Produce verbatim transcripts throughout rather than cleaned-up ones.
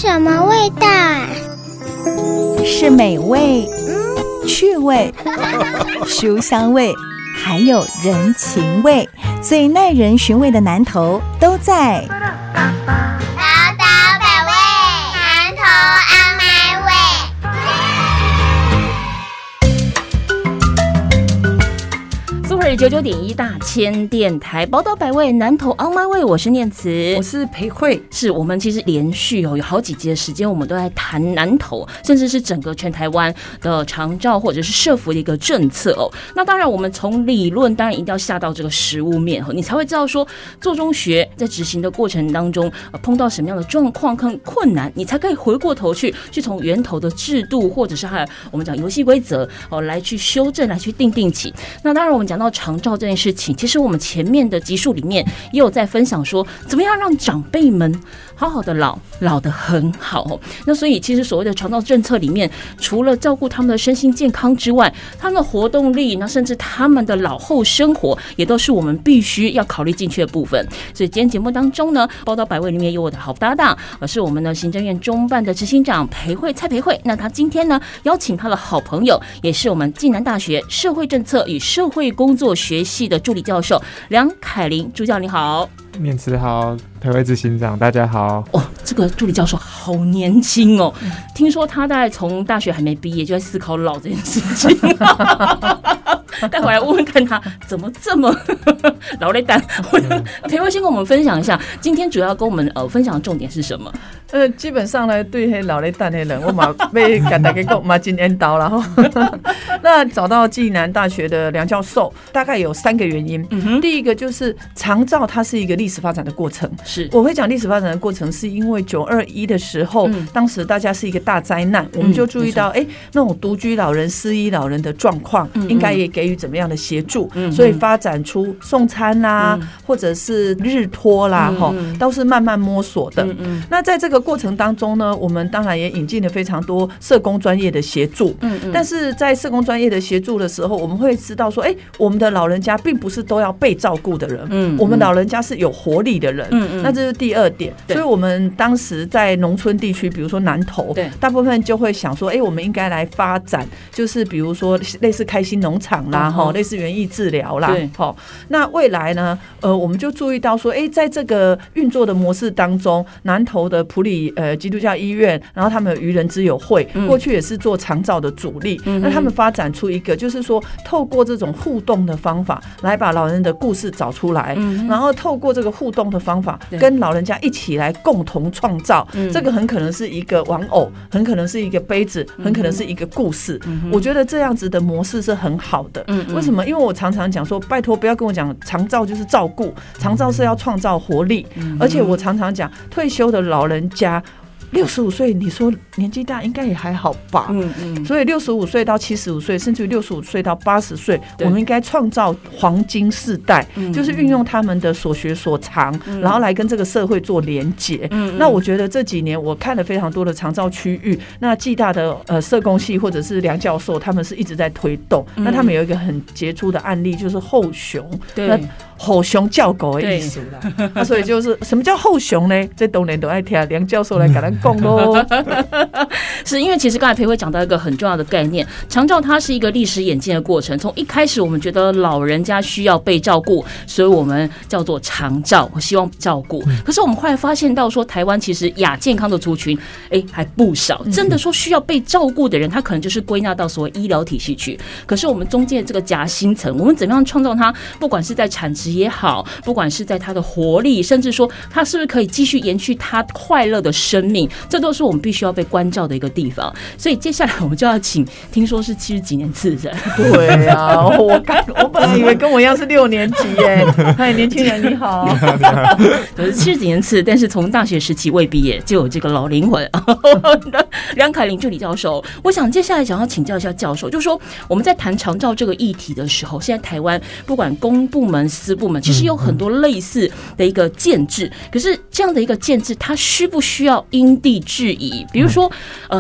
什么味道啊？ 是美味、嗯、趣味、书香味，还有人情味，最耐人寻味的南投都在宝岛百味，南投阿麦味。 Super 九九点一大千电台，宝岛百味，南投阿麦味，我是念慈， 我是培慧。 是我们其实连续哦有好几集的时间，我们都在谈南投，甚至是整个全台湾的长照或者是社福的一个政策哦。那当然，我们从理论当然一定要下到这个实务面，你才会知道说做中学在执行的过程当中，呃、碰到什么样的状况跟困难，你才可以回过头去去从源头的制度或者是还有我们讲游戏规则哦来去修正，来去定定起。那当然，我们讲到长照这件事情，其实我们前面的集数里面也有在分享说，怎么样让长辈们好好的老，老得很好。那所以其实所谓的长照政策里面，除了照顾他们的身心健康之外，他们的活动力，那甚至他们的老后生活，也都是我们必须要考虑进去的部分。所以今天节目当中呢，宝岛百味里面有我的好搭档，是我们的行政院中办的执行长培慧蔡培慧。那他今天呢，邀请他的好朋友，也是我们暨南大学社会政策与社会工作学系的助理教授梁凯琳助教，你好。 念慈好，培慧执行长，大家好。 哦，这个助理教授好年轻哦，嗯、听说他大概从大学还没毕业就在思考老这件事情。待会来问问看他怎么这么老累蛋。培慧先跟我们分享一下，今天主要跟我们呃分享的重点是什么？ 呃，基本上呢，对迄老累蛋的人，我嘛要跟大家讲，嘛真缘投啦吼。那找到暨南大学的梁教授，大概有三个原因。嗯、第一个就是长照，它是一个历史发展的过程。 是， 我会讲历史发展的过程，是因为九二一的时候，嗯、当时大家是一个大灾难，我们就注意到，哎、嗯，那种独居老人、失依老人的状况，嗯、应该也给予怎么样的协助，嗯、所以发展出送餐啦，嗯、或者是日托啦，哈、嗯，都是慢慢摸索的。嗯嗯、那在这个过程当中呢，我们当然也引进了非常多社工专业的协助。嗯嗯、但是在社工专业的协助的时候，我们会知道说，哎，我们的老人家并不是都要被照顾的人，嗯，我们老人家是有活力的人。嗯嗯、那这是第二点。所以我们当时在农村地区，比如说南投，大部分就会想说，哎，我们应该来发展，就是比如说类似开心农场啦，哈、哦，类似园艺治疗啦，好。那未来呢，呃，我们就注意到说，哎，在这个运作的模式当中，南投的埔里呃基督教医院，然后他们有渔人之友会，嗯、过去也是做长照的主力，嗯、那他们发展出一个，就是说透过这种互动的方法，来把老人的故事找出来，嗯、然后透过这个互动的方法，跟老人家一起来共同创造。嗯、这个很可能是一个玩偶，很可能是一个杯子，很可能是一个故事。嗯、我觉得这样子的模式是很好的。嗯、为什么？因为我常常讲说，拜托不要跟我讲长照就是照顾，长照是要创造活力。嗯、而且我常常讲，退休的老人家六十五岁，你说年纪大应该也还好吧？嗯嗯。所以六十五岁到七十五岁，甚至于六十五岁到八十岁，我们应该创造黄金世代，嗯、就是运用他们的所学所长，嗯、然后来跟这个社会做连结。嗯、那我觉得这几年我看了非常多的长照区域，那暨大的呃社工系或者是梁教授，他们是一直在推动。嗯、那他们有一个很杰出的案例，就是后熊。对。后熊叫狗的意思啦，那所以就是什么叫后熊呢？这当然都爱听梁教授来跟咱讲咯。 是因为其实刚才培慧讲到一个很重要的概念，长照它是一个历史演进的过程。从一开始我们觉得老人家需要被照顾，所以我们叫做长照，我希望照顾。可是我们后来发现到说，台湾其实亚健康的族群，哎，还不少。真的说需要被照顾的人，他可能就是归纳到所谓医疗体系去。可是我们中间的这个夹心层，我们怎么样创造它？不管是在产值也好，不管是在他的活力，甚至说他是不是可以继续延续他快乐的生命，这都是我们必须要被关照的一个地方。所以接下来我们就要请，听说是七十几年次人， 对啊，我刚我本来以为跟我一样是六年级耶。嗨，年轻人你好， 我是七十几年次，但是从大学时期未毕业就有这个老灵魂。梁凯琳助理教授，我想接下来想要请教一下教授，就是说我们在谈长照这个议题的时候，现在台湾不管公部门、私部门，其实有很多类似的一个建制，可是这样的一个建制，它需不需要因地制宜？比如说，呃，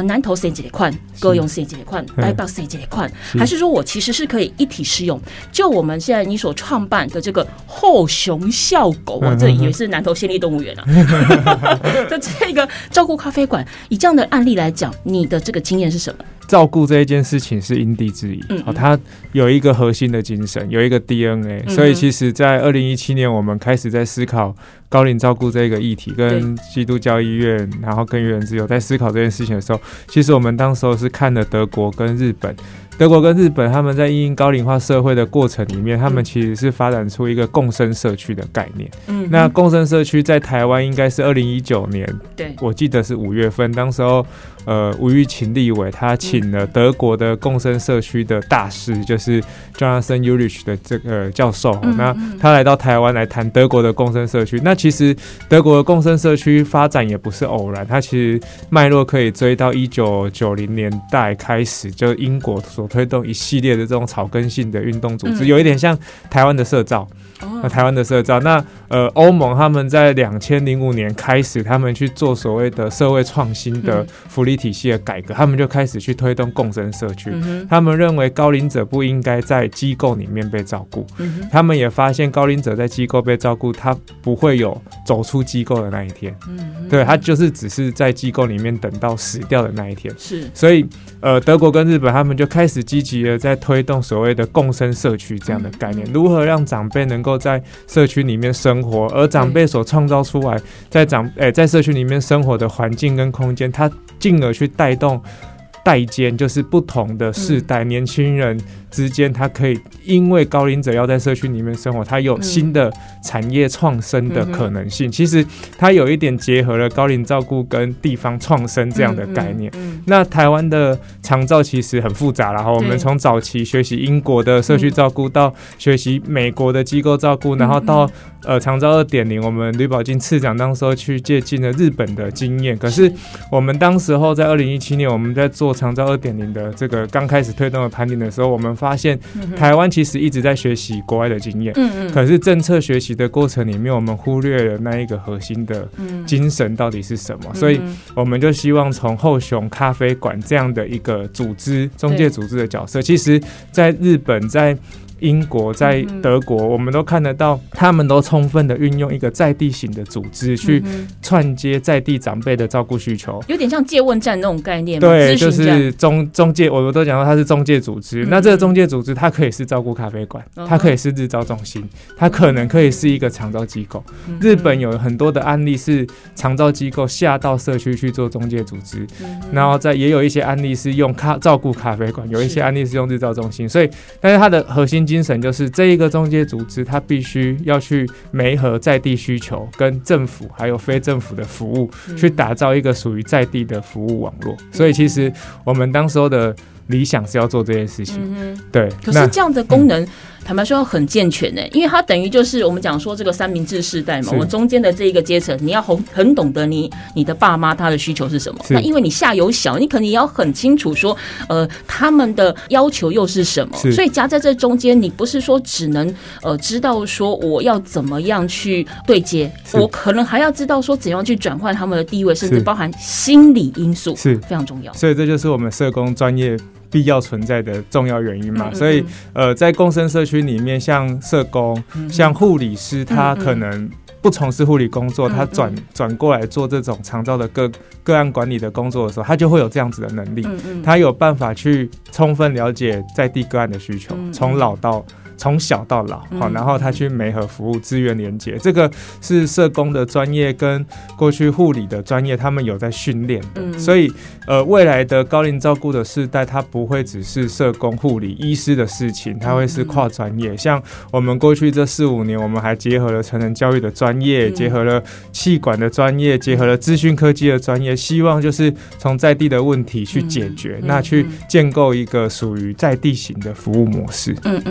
呃南投生这一款，高雄生这一款，台北生这一款，还是说我其实是可以一体适用？就我们现在你所创办的这个后熊笑狗，我这以为是南投县立动物园啊的这个照顾咖啡馆，以这样的案例来讲，你的这个经验是什么？ 照顾这一件事情是因地制宜，嗯嗯、它有一个核心的精神，有一个 D N A，、嗯、所以其实在二零一七年我们开始在思考高龄照顾这个议题，跟基督教医院然后跟愚人之友在思考这件事情的时候，其实我们当时候是看了德国跟日本，德国跟日本他们在因应高龄化社会的过程里面，他们其实是发展出一个共生社区的概念。嗯，那共生社区在台湾应该是二零一九年，对，我记得是五月份，当时候呃吴玉琴立委他请了德国的共生社区的大师，就是 Jonathan Ulrich 的这个教授，嗯、那他来到台湾来谈德国的共生社区。那其实德国的共生社区发展也不是偶然，它其实脉络可以追到一九九零年代开始，就英国所推动一系列的这种草根性的运动组织，嗯、有一点像台湾的社造。那台湾的社造，那呃，欧盟他们在两千零五年开始，他们去做所谓的社会创新的福利体系的改革，嗯、他们就开始去推动共生社区。嗯、他们认为高龄者不应该在机构里面被照顾，嗯、他们也发现高龄者在机构被照顾，他不会有走出机构的那一天。嗯、对，他就是只是在机构里面等到死掉的那一天。是，所以呃，德国跟日本他们就开始积极的在推动所谓的共生社区这样的概念，嗯、如何让长辈能够在社区里面生活，而长辈所创造出来在长诶、欸、在社区里面生活的环境跟空间，它进而去带动代间，就是不同的世代、嗯、年轻人之间，他可以因为高龄者要在社区里面生活，他有新的产业创生的可能性。嗯、其实它有一点结合了高龄照顾跟地方创生这样的概念。嗯嗯嗯、那台湾的长照其实很复杂啦，我们从早期学习英国的社区照顾，到学习美国的机构照顾，然后到呃长照 二点零， 我们吕宝金次长当时候去借鉴了日本的经验。可是我们当时候在二零一七年，我们在做长照 二点零 的这个刚开始推动的盘点的时候，我们发现台湾其实一直在学习国外的经验，嗯嗯，可是政策学习的过程里面，我们忽略了那一个核心的精神到底是什么，嗯、所以我们就希望从后熊咖啡馆这样的一个组织中介组织的角色，其实在日本在英国在德国，我们都看得到，他们都充分的运用一个在地型的组织去串接在地长辈的照顾需求，有点像借问站那种概念嘛。对，就是中中介，我们都讲到它是中介组织。嗯、那这个中介组织，它可以是照顾咖啡馆，嗯、它可以是日照中心，它可能可以是一个长照机构。嗯、日本有很多的案例是长照机构下到社区去做中介组织，嗯、然后在也有一些案例是用咖照顾咖啡馆，有一些案例是用日照中心。所以，但是它的核心精神就是这一个中介组织，它必须要去媒合在地需求，跟政府还有非政府的服务，嗯、去打造一个属于在地的服务网络。所以其实我们当时候的理想是要做这件事情。嗯、对。可是这样的功能，嗯、坦白说很健全呢，因为它等于就是我们讲说这个三明治世代嘛，我们中间的这一个阶层，你要很很懂得你你的爸妈他的需求是什么。那因为你下有小，你可能也要很清楚说，呃，他们的要求又是什么。所以夹在这中间，你不是说只能呃知道说我要怎么样去对接，我可能还要知道说怎样去转换他们的地位，甚至包含心理因素，是非常重要。所以这就是我们社工专业必要存在的重要原因嘛。嗯嗯嗯，所以呃，在共生社区里面，像社工、嗯、像护理师，他可能不从事护理工作，嗯嗯，他转转过来做这种长照的个个案管理的工作的时候，他就会有这样子的能力。嗯嗯，他有办法去充分了解在地个案的需求，从老到从小到老，好，然后他去媒合服务资源连结，这个是社工的专业跟过去护理的专业，他们有在训练的。嗯、所以，呃，未来的高龄照顾的世代，它不会只是社工、护理、医师的事情，它会是跨专业。嗯、像我们过去这四五年，我们还结合了成人教育的专业，嗯、结合了气管的专业，结合了资讯科技的专业，希望就是从在地的问题去解决，嗯、那去建构一个属于在地型的服务模式。嗯嗯，像你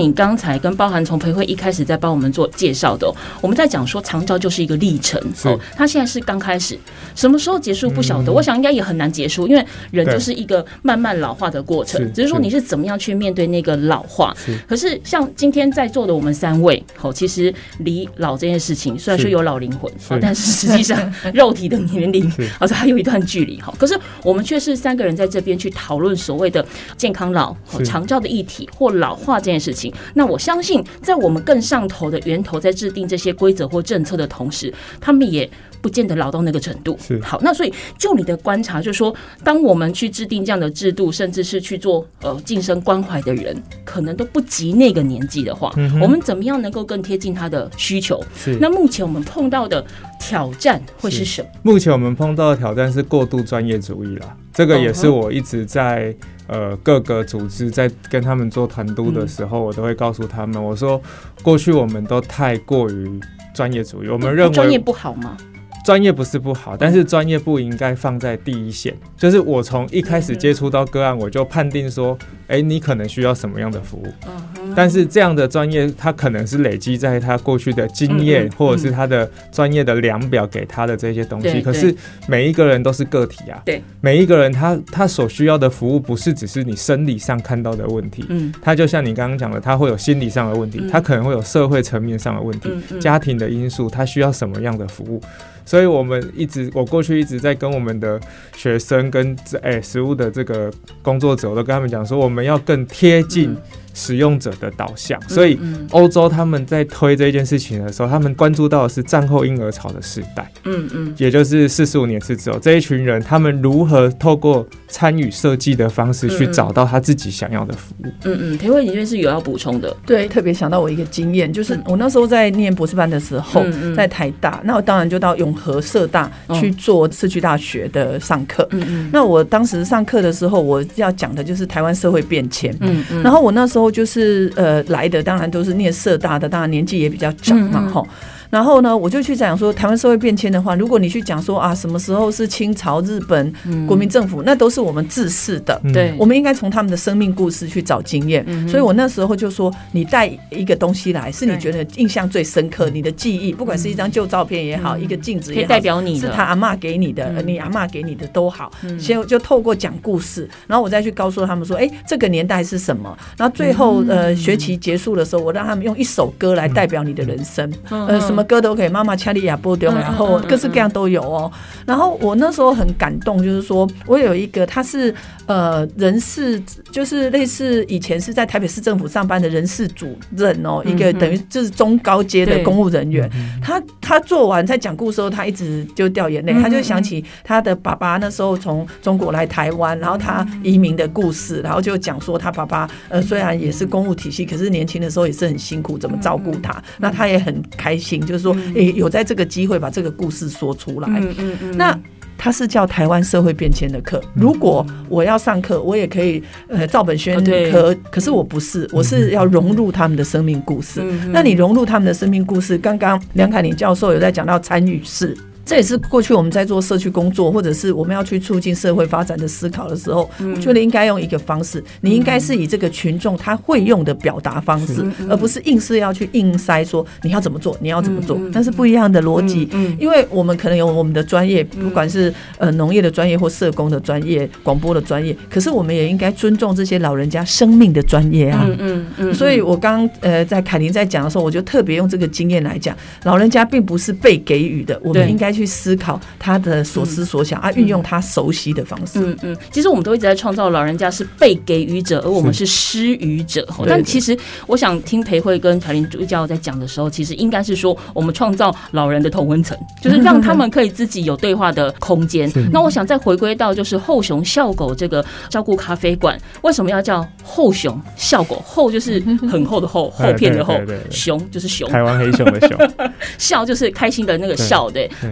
你刚才跟包含从培慧一开始在帮我们做介绍的、哦，我们在讲说长照就是一个历程哦，它现在是刚开始，什么时候结束不晓得、嗯，我想应该也很难结束，因为人就是一个慢慢老化的过程，只是说你是怎么样去面对那个老化。是可是像今天在座的我们三位，好，其实离老这件事情虽然说有老灵魂，但是实际上肉体的年龄好像还有一段距离。好，可是我们却是三个人在这边去讨论所谓的健康老、长照的议题或老化这件事情。那我相信，在我们更上头的源头，在制定这些规则或政策的同时，他们也不见得老到那个程度。好，那所以就你的观察，就是说，当我们去制定这样的制度，甚至是去做呃晋升关怀的人，可能都不及那个年纪的话、嗯，我们怎么样能够更贴近他的需求？那目前我们碰到的挑战会是什么？ 目前我们碰到的挑战是过度专业主义啦，这个也是我一直在呃各个组织在跟他们做团督的时候、嗯，我都会告诉他们，我说过去我们都太过于专业主义，我们认为专业不好吗？ 专业不是不好，但是专业不应该放在第一线。就是我从一开始接触到个案，我就判定说，哎、欸，你可能需要什么样的服务。但是这样的专业，他可能是累积在他过去的经验，或者是他的专业的量表给他的这些东西。可是每一个人都是个体啊，对，每一个人他他所需要的服务，不是只是你生理上看到的问题，嗯，他就像你刚刚讲的，他会有心理上的问题，他可能会有社会层面上的问题，家庭的因素，他需要什么样的服务。所以我们一直，我过去一直在跟我们的学生跟哎实务的这个工作者，我都跟他们讲说，我们要更贴近使用者的导向。所以欧洲他们在推这件事情的时候，他们关注到的是战后婴儿潮的时代，嗯嗯，也就是四十五年之后，这一群人他们如何透过参与设计的方式去找到他自己想要的服务。 嗯嗯，培慧，你这边是有要补充的？ 对，特别想到我一个经验，就是我那时候在念博士班的时候，嗯、在台大，那我当然就到永和社大去做社区大学的上课。嗯嗯，那我当时上课的时候，我要讲的就是台湾社会变迁。嗯嗯，然后我那时候就是呃来的，当然都是念社大的，当然年纪也比较长嘛，哈、嗯嗯。然后呢，我就去讲说，台湾社会变迁的话，如果你去讲说啊，什么时候是清朝、日本、国民政府，那都是我们自视的。对、嗯，我们应该从他们的生命故事去找经验。嗯、所以我那时候就说，你带一个东西来，是你觉得印象最深刻，你的记忆，不管是一张旧照片也好，嗯、一个镜子也好， 可以代表你的， 是他阿嬷给你的，嗯、你阿嬷给你的都好。嗯、先就透过讲故事，然后我再去告诉他们说，哎，这个年代是什么？然后最后、嗯、呃学期结束的时候，我让他们用一首歌来代表你的人生。嗯、呃，什么歌都可以，妈妈恰利亚波丢，然后各式各样都有哦。然后我那时候很感动，就是说我有一个他是呃人事，就是类似以前是在台北市政府上班的人事主任哦，一个等于就是中高阶的公务人员。他他做完在讲故事的时候，他一直就掉眼泪，他就想起他的爸爸那时候从中国来台湾，然后他移民的故事，然后就讲说他爸爸呃虽然也是公务体系，可是年轻的时候也是很辛苦，怎么照顾他。那他也很开心，就是说诶有在这个机会把这个故事说出来。嗯嗯嗯，那它是叫台湾社会变迁的课。如果我要上课，我也可以呃照本宣科，可是我不是，我是要融入他们的生命故事。嗯、那你融入他们的生命故事，刚刚梁凯琳教授有在讲到参与式。这也是过去我们在做社区工作，或者是我们要去促进社会发展的思考的时候，我觉得应该用一个方式，你应该是以这个群众他会用的表达方式，而不是硬是要去硬塞说你要怎么做，你要怎么做，那是不一样的逻辑。因为我们可能有我们的专业，不管是呃农业的专业或社工的专业、广播的专业，可是我们也应该尊重这些老人家生命的专业啊。所以我刚呃在凯琳在讲的时候，我就特别用这个经验来讲，老人家并不是被给予的，我们应该去思考他的所思所想、嗯、啊，运用他熟悉的方式。 嗯嗯，其实我们都一直在创造老人家是被给予者，而我们是施予者。但其实我想听培慧跟凯琳助教在讲的时候，其实应该是说我们创造老人的同温层，就是让他们可以自己有对话的空间。那我想再回归到就是后熊笑狗这个照顾咖啡馆，为什么要叫后熊笑狗？后就是很厚的厚，厚片的厚，熊就是熊， 台湾黑熊的熊， 笑就是开心的那个笑，对。然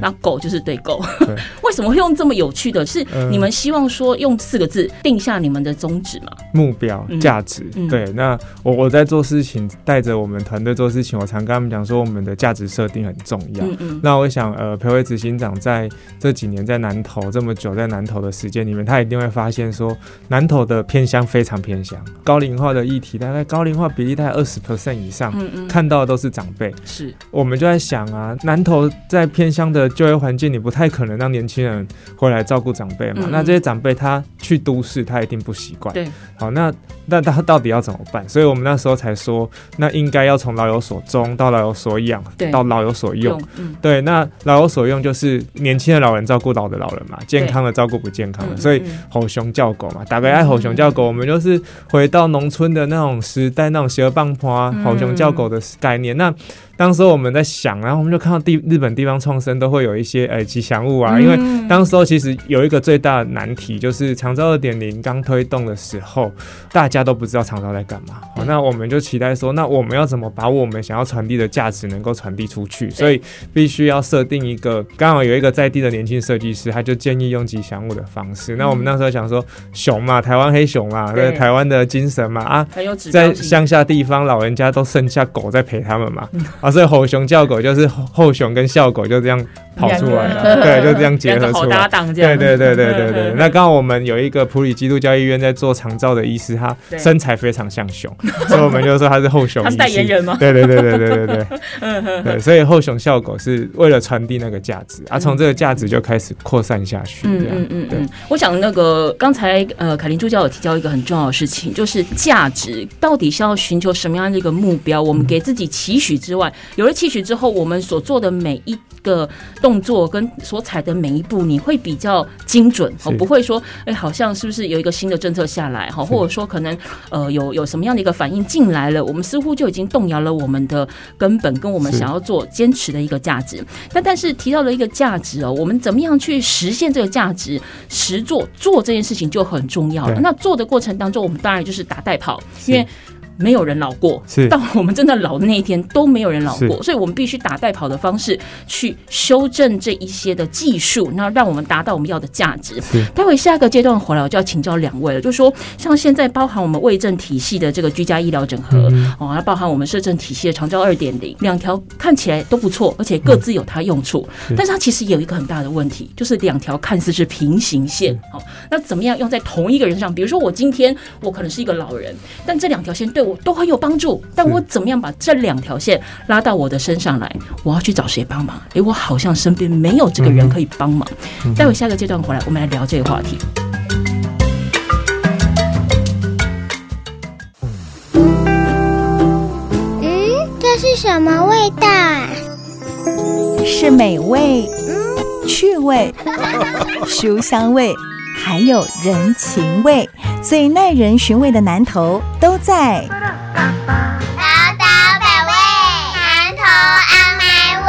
那狗就是对狗。为什么会用这么有趣的？是你们希望说用四个字定下你们的宗旨吗？ 目标、价值。嗯、对，那我我在做事情，带着我们团队做事情，我常跟他们讲说，我们的价值设定很重要。嗯嗯，那我想，呃，培慧执行长在这几年在南投这么久，在南投的时间里面，他一定会发现说，南投的偏乡非常偏乡，高龄化的议题大概高龄化比例大概二十 percent 以上，嗯嗯，看到的都是长辈。 是， 我们就在想啊，南投在偏乡的就业环境，你不太可能让年轻人回来照顾长辈嘛。嗯嗯，那这些长辈他去都市，他一定不习惯。 对， 好，那那他到底要怎么办？所以我们那时候才说，那应该要从老有所终到老有所养，到老有所用。嗯、对，那老有所用就是年轻的老人照顾老的老人嘛，健康的照顾不健康的，所以吼熊叫狗嘛，大概爱吼熊叫狗，我们就是回到农村的那种时代，那种蛇棒坡吼熊叫狗的概念。那当时我们在想，然后我们就看到地日本地方创生都会有一些呃吉祥物啊，因为当时候其实有一个最大的难题，就是长照 二点零 刚推动的时候，大家都不知道长照在干嘛。好，那我们就期待说，那我们要怎么把我们想要传递的价值能够传递出去？所以必须要设定一个，刚好有一个在地的年轻设计师，他就建议用吉祥物的方式。那我们那时候想说，熊嘛，台湾黑熊嘛，对，台湾的精神嘛，啊，在乡下地方老人家都剩下狗在陪他们嘛，啊，所以吼熊叫狗就是后熊跟笑狗就这样跑出来了，对，就这样结合出来，对对对对对对。那刚好我们有一个埔里基督教医院在做长照的医师，他身材非常像熊，所以我们就说他是后熊医师。他是代言人吗？ 对对对对对对对。嗯对，所以后熊笑狗是为了传递那个价值啊，从这个价值就开始扩散下去。嗯嗯嗯嗯。 我想那个刚才呃凯琳助教有提到一个很重要的事情，就是价值到底是要寻求什么样的一个目标？我们给自己期许之外，有了期许之后，我们所做的每一个动作跟所踩的每一步，你会比较精准，不会说，哎，好像是不是有一个新的政策下来，或者说可能呃有有什么样的一个反应进来了，我们似乎就已经动摇了我们的根本跟我们想要做坚持的一个价值。但但是提到了一个价值哦，我们怎么样去实现这个价值？实做做这件事情就很重要了。那做的过程当中，我们当然就是打带跑，因为没有人老过，到我们真的老的那一天都没有人老过，所以我们必须打带跑的方式去修正这一些的技术，那让我们达到我们要的价值。待会下个阶段回来，我就要请教两位了，就是说像现在包含我们卫政体系的这个居家医疗整合，嗯哦、包含我们社政体系的长照 二点零， 两条看起来都不错，而且各自有它用处，嗯、但是它其实有一个很大的问题，就是两条看似是平行线，哦、那怎么样用在同一个人上？比如说我今天我可能是一个老人，但这两条线对我都很有帮助，但我怎么样把这两条线拉到我的身上来？我要去找谁帮忙？哎，我好像身边没有这个人可以帮忙。嗯、待会下个阶段回来，我们来聊这个话题。 嗯，这是什么味道啊？ 是美味、嗯、趣味、书香味，还有人情味，最耐人寻味的南投都在宝岛百味，南投 on my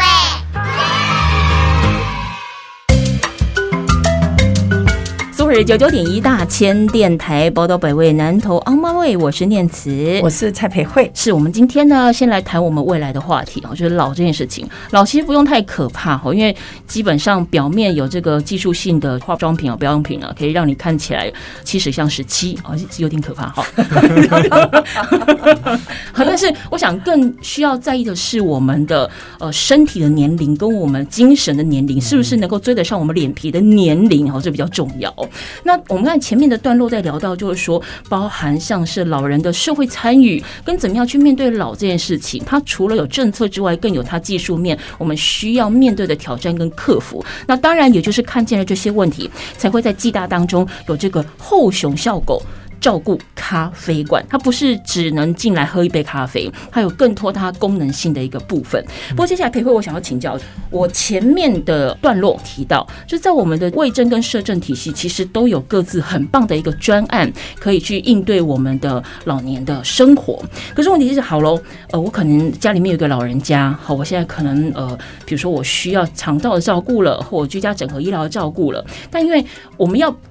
way。 苏日九九点一大千电台宝岛百味，南投 on my way， 我是念慈， 我是蔡培慧。 是我们今天呢，先来谈我们未来的话题，就是老这件事情。老其实不用太可怕，因为基本上表面有这个技术性的化妆品啊、保养品啊，可以让你看起来七十像十七，哦，有点可怕哈。但是我想更需要在意的是我们的呃身体的年龄跟我们精神的年龄是不是能够追得上我们脸皮的年龄，哦，这比较重要。那我们看前面的段落在聊到，就是说包含像是老人的社会参与跟怎么样去面对老这件事情，它除了有政策之外，更有它技术面我们需要面对的挑战跟克服。那当然也就是看见了这些问题，才会在暨大当中有这个后熊笑狗照顾咖啡馆，它不是只能进来喝一杯咖啡，它有更多它功能性的一个部分。不过接下来培慧，我想要请教，我前面的段落提到，就在我们的卫政跟社政体系，其实都有各自很棒的一个专案，可以去应对我们的老年的生活。可是问题是，好喽，呃，我可能家里面有一个老人家，好，我现在可能呃，比如说我需要长照的照顾了，或者居家整合医疗的照顾了，但因为我们要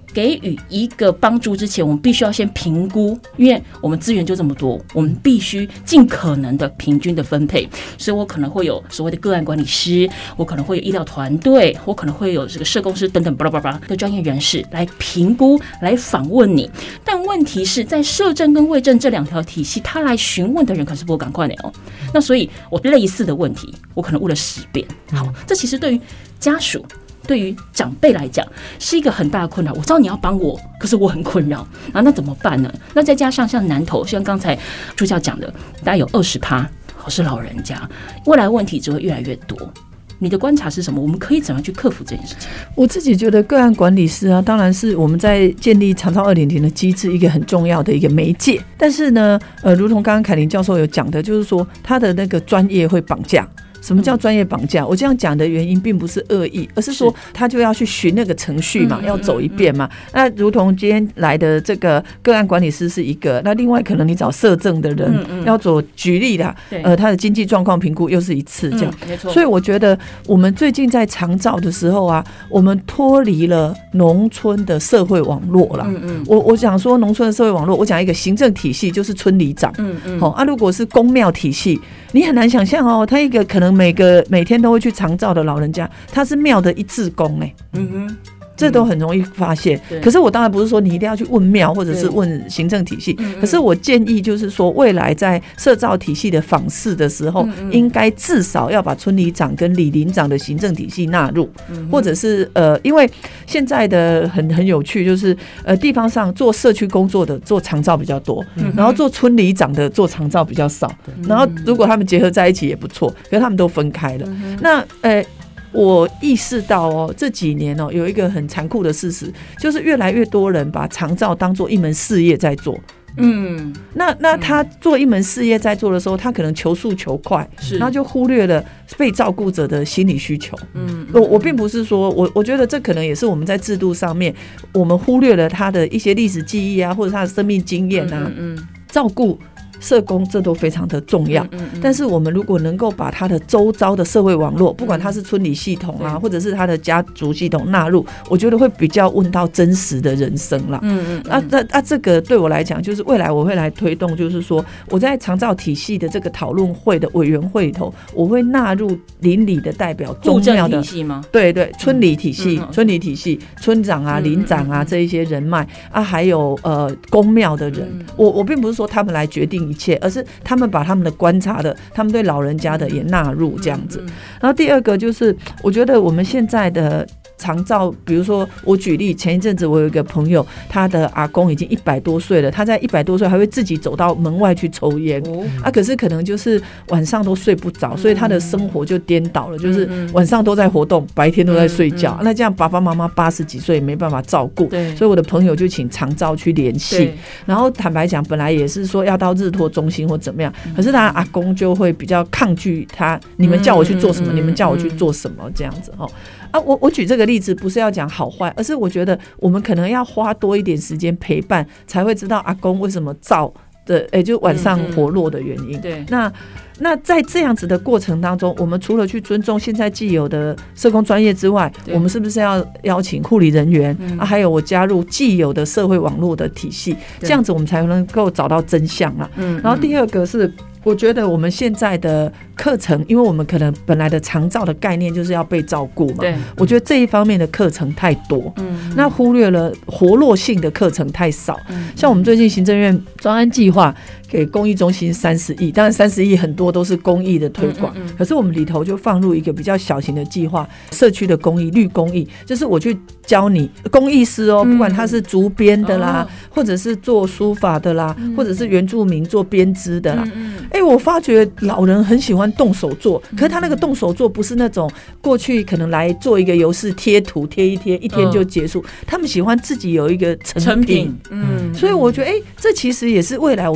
给予一个帮助之前，我们必须要先评估，因为我们资源就这么多，我们必须尽可能的平均的分配。所以我可能会有所谓的个案管理师，我可能会有医疗团队，我可能会有这个社工师等等巴拉巴拉的专业人士来评估、来访问你。但问题是在社政跟卫政这两条体系，他来询问的人可是不赶快的哦。那所以我类似的问题，我可能问了十遍。好，这其实对于家属、对于长辈来讲是一个很大的困扰。我知道你要帮我，可是我很困扰啊，那怎么办呢？那再加上像南投，像刚才助教讲的，大概有二十趴是老人家，未来问题只会越来越多。你的观察是什么？我们可以怎么去克服这件事情？ 我自己觉得个案管理师啊，当然是我们在建立长照 二点零 的机制一个很重要的一个媒介。但是呢，呃，如同刚刚凯琳教授有讲的，就是说他的那个专业会绑架。什么叫专业绑架？我这样讲的原因并不是恶意，而是说他就要去循那个程序嘛，要走一遍嘛。那如同今天来的这个个案管理师是一个，那另外可能你找社政的人要做，举例啦，呃，他的经济状况评估又是一次这样。没错。所以我觉得我们最近在长照的时候啊，我们脱离了农村的社会网络啦。嗯嗯。我我讲说农村的社会网络，我讲一个行政体系就是村里长。嗯嗯。好啊，如果是公庙体系，你很难想象哦，他一个可能每个每天都会去长照的老人家，他是庙的一志工哎，嗯哼，这都很容易发现。可是我当然不是说你一定要去问庙或者是问行政体系，可是我建议就是说，未来在社照体系的访视的时候，应该至少要把村里长跟里邻长的行政体系纳入，或者是呃，因为现在的很很有趣，就是呃地方上做社区工作的做长照比较多，然后做村里长的做长照比较少，然后如果他们结合在一起也不错，可是他们都分开了。那呃。我意识到哦，这几年哦，有一个很残酷的事实，就是越来越多人把长照当作一门事业在做。嗯，那那他做一门事业在做的时候，他可能求速求快，然后就忽略了被照顾者的心理需求。嗯，我我并不是说我我觉得这可能也是我们在制度上面，我们忽略了他的一些历史记忆啊，或者他的生命经验啊，嗯，照顾。社工这都非常的重要，嗯嗯嗯，但是我们如果能够把他的周遭的社会网络，不管他是村里系统啊，或者是他的家族系统纳入，我觉得会比较问到真实的人生啦。嗯嗯，嗯，啊，那啊，这个对我来讲，就是未来我会来推动，就是说我在长照体系的这个讨论会的委员会里头，我会纳入邻里的代表，宗庙的体系吗？对对，村里体系、嗯嗯、村里体系，村长啊、邻长啊、嗯嗯、这一些人脉啊，还有呃公庙的人，嗯、我我并不是说他们来决定一切，而是他们把他们的观察的，他们对老人家的也纳入这样子。然后第二个就是，我觉得我们现在的长照，比如说我举例，前一阵子我有一个朋友，他的阿公已经一百多岁了，他在一百多岁还会自己走到门外去抽烟、哦、啊，可是可能就是晚上都睡不着，所以他的生活就颠倒了，就是晚上都在活动，白天都在睡觉。那这样爸爸妈妈八十几岁也没办法照顾，所以我的朋友就请长照去联系。然后坦白讲，本来也是说要到日托中心或怎么样，可是他阿公就会比较抗拒他，你们叫我去做什么，你们叫我去做什么这样子哦。啊，我我举这个例子不是要讲好坏，而是我觉得我们可能要花多一点时间陪伴，才会知道阿公为什么躁的，哎、欸，就晚上活络的原因。嗯嗯、对，那那在这样子的过程当中，我们除了去尊重现在既有的社工专业之外，我们是不是要邀请护理人员、嗯、啊？还有我加入既有的社会网络的体系，这样子我们才能够找到真相啦。嗯，然后第二个是。我觉得我们现在的课程，因为我们可能本来的长照的概念就是要被照顾嘛，对，我觉得这一方面的课程太多，嗯，那忽略了活络性的课程太少。嗯，像我们最近行政院专案计划给公益中心三十亿，当然三十亿很多都是公益的推广，嗯嗯嗯，可是我们里头就放入一个比较小型的计划，社区的公益、绿公益，就是我去教你公益师哦，不管他是竹编的啦，嗯，或者是做书法的啦，嗯，或者是原住民做编织的啦。嗯嗯哎、欸，我发觉老人很喜欢动手做，可是他那个动手做不是那种过去可能来做一个游戏贴图贴一贴一天就结束，嗯，他们喜欢自己有一个成品，成品嗯，所以我觉得哎、欸，这其实也是未来我们可以发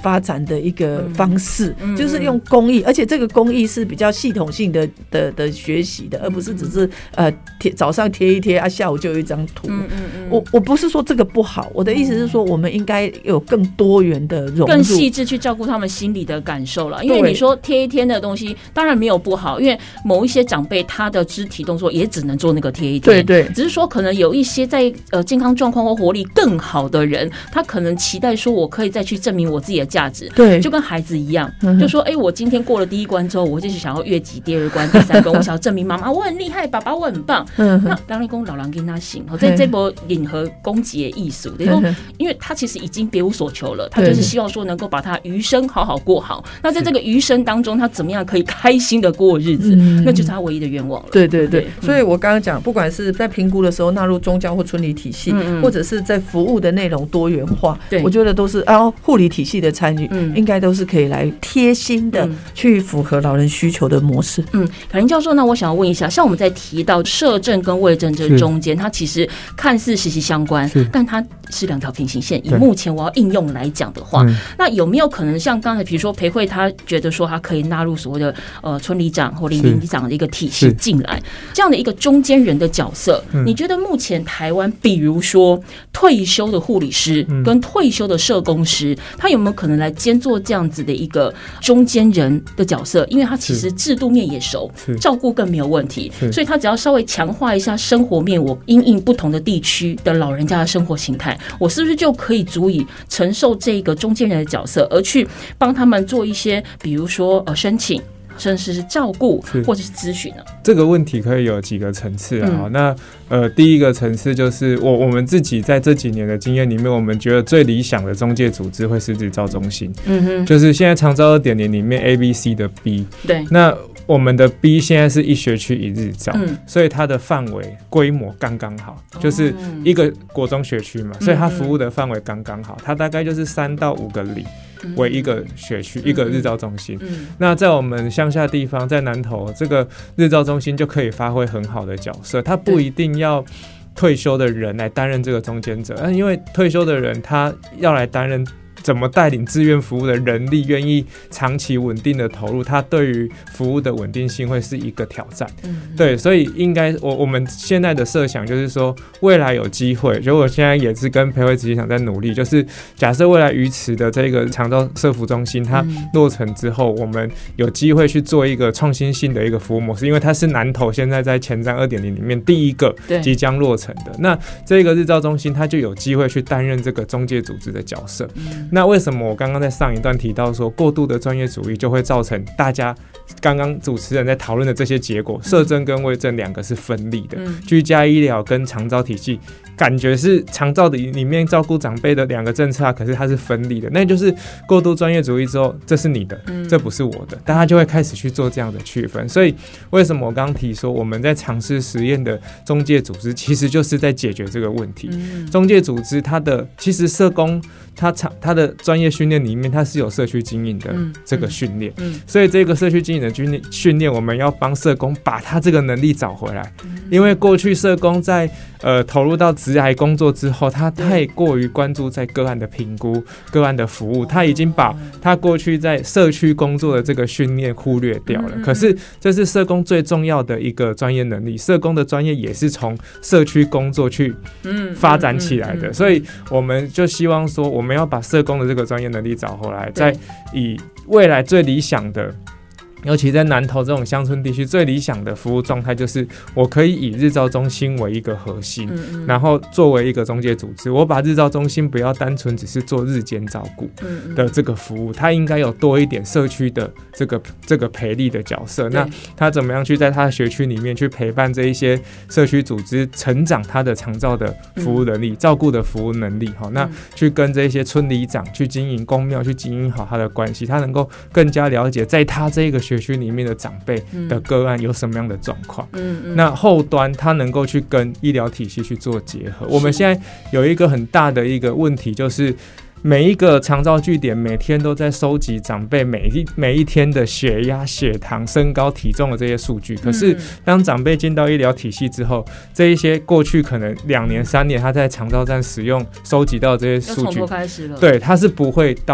发展的一个方式，嗯、就是用公益，而且这个公益是比较系统性的的的学习的，而不是只是呃贴早上贴一贴啊，下午就有一张图。嗯嗯嗯、我我不是说这个不好，我的意思是说，我们应该有更多元的融入， 更细致去照顾他们心理的感受了。因为你说贴一贴的东西，当然没有不好，因为某一些长辈他的肢体动作也只能做那个贴一贴，对对，只是说可能有一些在呃健康状况或活力更好的人，他可能期待说我可以再去证明我自己的价值，对，就跟孩子一样，嗯、就说哎、欸，我今天过了第一关之后，我就是想要越级第二关、第三关，我想要证明妈妈我很厉害，爸爸我很棒。嗯、那当然讲老人跟他行，在这波引合攻击的艺术，因为他其实已经别无所求了，他就是希望说能够把他余生好好过好。那在这个余生当中，他怎么样可以开心的过日子，嗯、那就是他唯一的愿望了。 对对对，对所以我刚刚讲，不管是在评估的时候纳入宗教或村里体系，嗯、或者是在服务的内容多元化，我觉得都是啊护理体系的参与，嗯、应该都是可以来贴心的去符合老人需求的模式。 嗯，凯琳教授，那我想要问一下，像我们在提到社政跟卫政这中间，它其实看似息息相关，但它是两条平行线。以目前我要应用来讲的话，那有没有可能像刚才比如说培慧他觉得说他可以纳入所谓的呃村里长或邻里长的一个体系进来，这样的一个中间人的角色，你觉得目前台湾比如说退休的护理师跟退休的社工师，他有没有可能来兼做这样子的一个中间人的角色？因为他其实制度面也熟，照顾更没有问题，所以他只要稍微强化一下生活面，我因应不同的地区的老人家的生活形态，我是不是就可以足以承受这个中间人的角色，而去帮他们做一些比如说呃申请甚至是照顾或者是咨询呢？ 这个问题可以有几个层次啊。嗯、那呃，第一个层次就是我我们自己在这几年的经验里面，我们觉得最理想的中介组织会是日照中心。嗯哼，就是现在长照 二点零 里面 A、B、C 的 B。对。那我们的 B 现在是一学区一日照，嗯、所以它的范围规模刚刚好，就是一个国中学区嘛，所以它服务的范围刚刚好，它大概就是三到五个里。为一个学区、一个日照中心，嗯、那在我们乡下地方，在南投这个日照中心就可以发挥很好的角色。它不一定要退休的人来担任这个中间者，嗯、因为退休的人他要来担任。怎么带领志愿服务的人力愿意长期稳定的投入，它对于服务的稳定性会是一个挑战。嗯、对，所以应该我我们现在的设想就是说，未来有机会，就我现在也是跟培慧执行长在努力，就是假设未来鱼池的这个长照社福中心它落成之后，我们有机会去做一个创新性的一个服务模式，因为它是南投现在在前瞻 二点零 里面第一个即将落成的。那这个日照中心它就有机会去担任这个中介组织的角色。嗯那为什么我刚刚在上一段提到说过度的专业主义就会造成大家刚刚主持人在讨论的这些结果，社政跟卫政两个是分立的，嗯、居家医疗跟长照体系感觉是长照的里面照顾长辈的两个政策啊，可是它是分立的，那就是过度专业主义之后，这是你的，嗯、这不是我的，大家就会开始去做这样的区分。所以为什么我刚刚提说我们在尝试实验的中介组织，其实就是在解决这个问题。嗯、中介组织它的其实社工他他的专业训练里面，它是有社区经营的这个训练，嗯嗯、所以这个社区经营的训练，我们要帮社工把他这个能力找回来，嗯、因为过去社工在呃投入到职涯工作之后，他太过于关注在个案的评估、个案的服务，他已经把他过去在社区工作的这个训练忽略掉了。嗯、可是这是社工最重要的一个专业能力，社工的专业也是从社区工作去发展起来的，所以我们就希望说，我们要把社工的这个专业能力找回来，再以未来最理想的，尤其在南投这种乡村地区，最理想的服务状态就是我可以以日照中心为一个核心，嗯嗯然后作为一个中介组织，我把日照中心不要单纯只是做日间照顾的这个服务，它应该有多一点社区的这个这个培力的角色。那他怎么样去在他的学区里面去陪伴这一些社区组织成长他的长照的服务能力、嗯、照顾的服务能力，那去跟这些村里长去经营公庙，去经营好他的关系，他能够更加了解在他这个学区里面的长辈的个案有什么样的状况，嗯嗯、那后端他能够去跟医疗体系去做结合。我们现在有一个很大的一个问题，就是每一个长照据点每天都在收集长辈每一每一天的血压、血糖、身高、体重的这些数据，可是当长辈进到医疗体系之后，这一些过去可能两年三年他在长照站使用收集到这些数据， 从头开始了， 对，他是不会到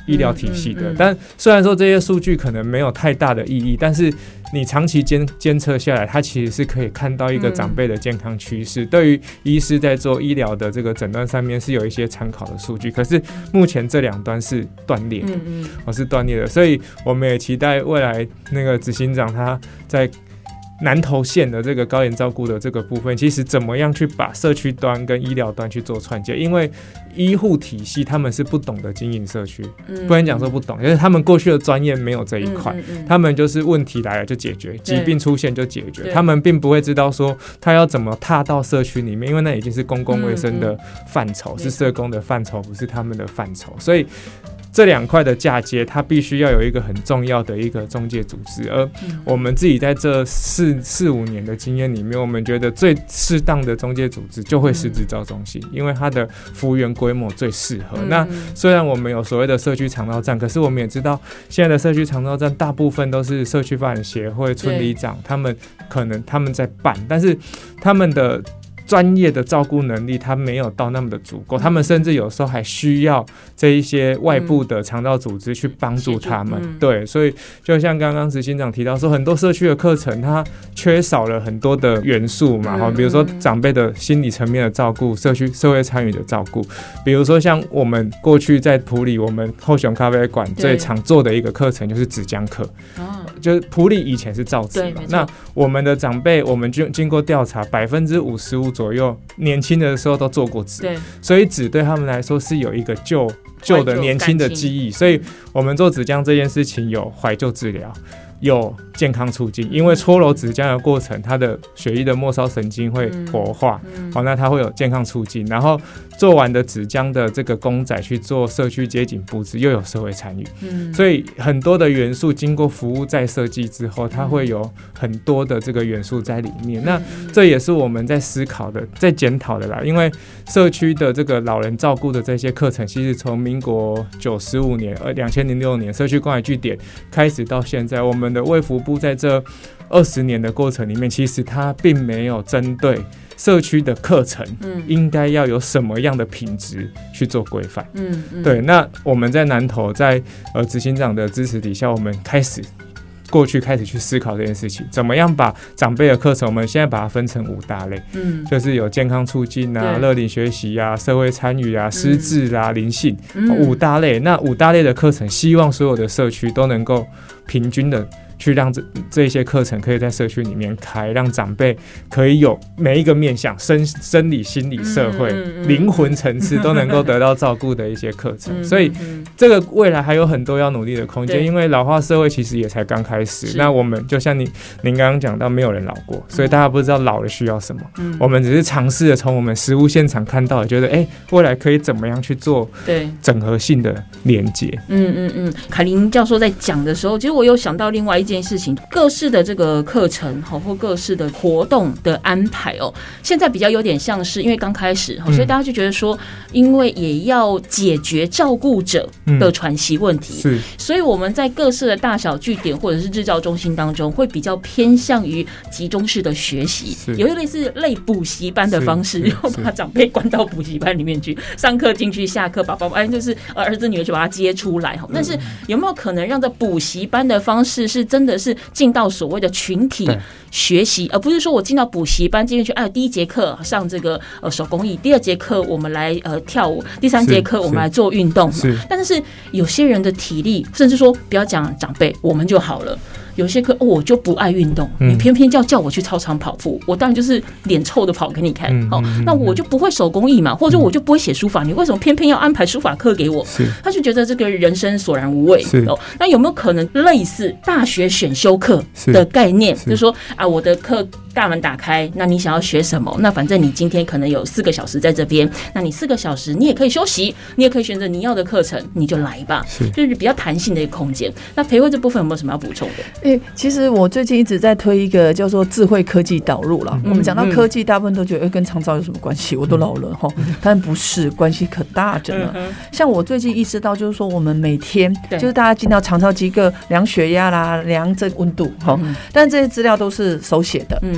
医疗体系的。但虽然说这些数据可能没有太大的意义，但是你长期监监测下来，它其实是可以看到一个长辈的健康趋势，嗯、对于医师在做医疗的这个诊断上面是有一些参考的数据。可是目前这两端是断裂的，嗯嗯哦、是断裂的，所以我们也期待未来那个执行长他在南投县的这个高龄照顾的这个部分，其实怎么样去把社区端跟医疗端去做串接？因为医护体系他们是不懂得经营社区，嗯、不能讲说不懂，因为他们过去的专业没有这一块，嗯嗯嗯、他们就是问题来了就解决，疾病出现就解决，他们并不会知道说他要怎么踏到社区里面，因为那已经是公共卫生的范畴，嗯嗯、是社工的范畴，不是他们的范畴，所以这两块的嫁接，它必须要有一个很重要的一个中介组织，而我们自己在这四四五年的经验里面，我们觉得最适当的中介组织就会是智照中心，因为它的服务员规模最适合。那虽然我们有所谓的社区长照站，可是我们也知道现在的社区长照站大部分都是社区发展协会、村里长他们可能他们在办，但是他们的专业的照顾能力他没有到那么的足够，他们甚至有时候还需要这一些外部的长照组织去帮助他们、嗯、对，所以就像刚刚执行长提到说，很多社区的课程它缺少了很多的元素嘛、嗯、比如说长辈的心理层面的照顾，社区社会参与的照顾，比如说像我们过去在埔里我们后熊咖啡馆最常做的一个课程就是纸浆课、哦、就是埔里以前是造纸嘛，那我们的长辈我们经过调查百分之五十五左右年轻的时候都做过纸，所以纸对他们来说是有一个旧旧的年轻的记忆，所以我们做纸浆这件事情有怀旧治疗，有健康促进，因为搓揉纸浆的过程，它的血液的末梢神经会活化，嗯嗯哦、那它会有健康促进。然后做完的纸浆的这个公仔去做社区街景布置，又有社会参与，嗯、所以很多的元素经过服务再设计之后，它会有很多的这个元素在里面。嗯、那这也是我们在思考的，在检讨的啦。因为社区的这个老人照顾的这些课程，其实从民国九十五年、呃两千零六年社区关怀据点开始到现在，我们的卫福部在这二十年的过程里面，其实它并没有针对社区的课程应该要有什么样的品质去做规范。嗯嗯，对。那我们在南投在呃执行长的支持底下，我们开始过去开始去思考这件事情，怎么样把长辈的课程，我们现在把它分成五大类，嗯，就是有健康促进啊、乐龄学习啊、社会参与啊、失智啊、灵性、嗯、五大类。那五大类的课程，希望所有的社区都能够平均的去让 这, 这些课程可以在社区里面开，让长辈可以有每一个面向生生理、心理、社会、灵、嗯、魂层次都能够得到照顾的一些课程。所以这个未来还有很多要努力的空间，因为老化社会其实也才刚开始。那我们就像您您刚刚讲到，没有人老过，所以大家不知道老了需要什么。嗯、我们只是尝试的从我们实务现场看到，觉得哎、欸，未来可以怎么样去做整合性的连结。 嗯嗯嗯，凯琳教授在讲的时候，其实我有想到另外一件事情，各式的这个课程或各式的活动的安排哦，现在比较有点像是因为刚开始，所以大家就觉得说，因为也要解决照顾者的喘息问题，嗯、所以我们在各式的大小据点或者是智照中心当中，会比较偏向于集中式的学习，有一类似类补习班的方式，然后把长辈关到补习班里面去上课进去，下课把爸爸就是儿子女儿就把他接出来。但是有没有可能让这补习班的方式是真的是进到所谓的群体学习，而不是说我进到补习班进去，哎，第一节课上这个呃手工艺，第二节课我们来呃跳舞，第三节课我们来做运动。但是有些人的体力，甚至说不要讲长辈，我们就好了。有些课、哦、我就不爱运动，你偏偏叫叫我去操场跑步，我当然就是脸臭的跑给你看。嗯哦、那我就不会手工艺嘛，或者我就不会写书法，你为什么偏偏要安排书法课给我？他就觉得这个人生索然无味。哦、那有没有可能类似大学选修课的概念，就是说啊，我的课大门打开，那你想要学什么？那反正你今天可能有四个小时在这边，那你四个小时你也可以休息，你也可以选择你要的课程，你就来吧，是就是比较弹性的一个空间。那培慧这部分有没有什么要补充的？ 欸、其实我最近一直在推一个叫做智慧科技导入啦。嗯、我们讲到科技，大部分都觉得、欸、跟长照有什么关系？我都老了哈，嗯、但不是，关系可大着呢。嗯、像我最近意识到，就是说我们每天就是大家进到长照机构量血压啦、量这温度哈，嗯、但这些资料都是手写的。嗯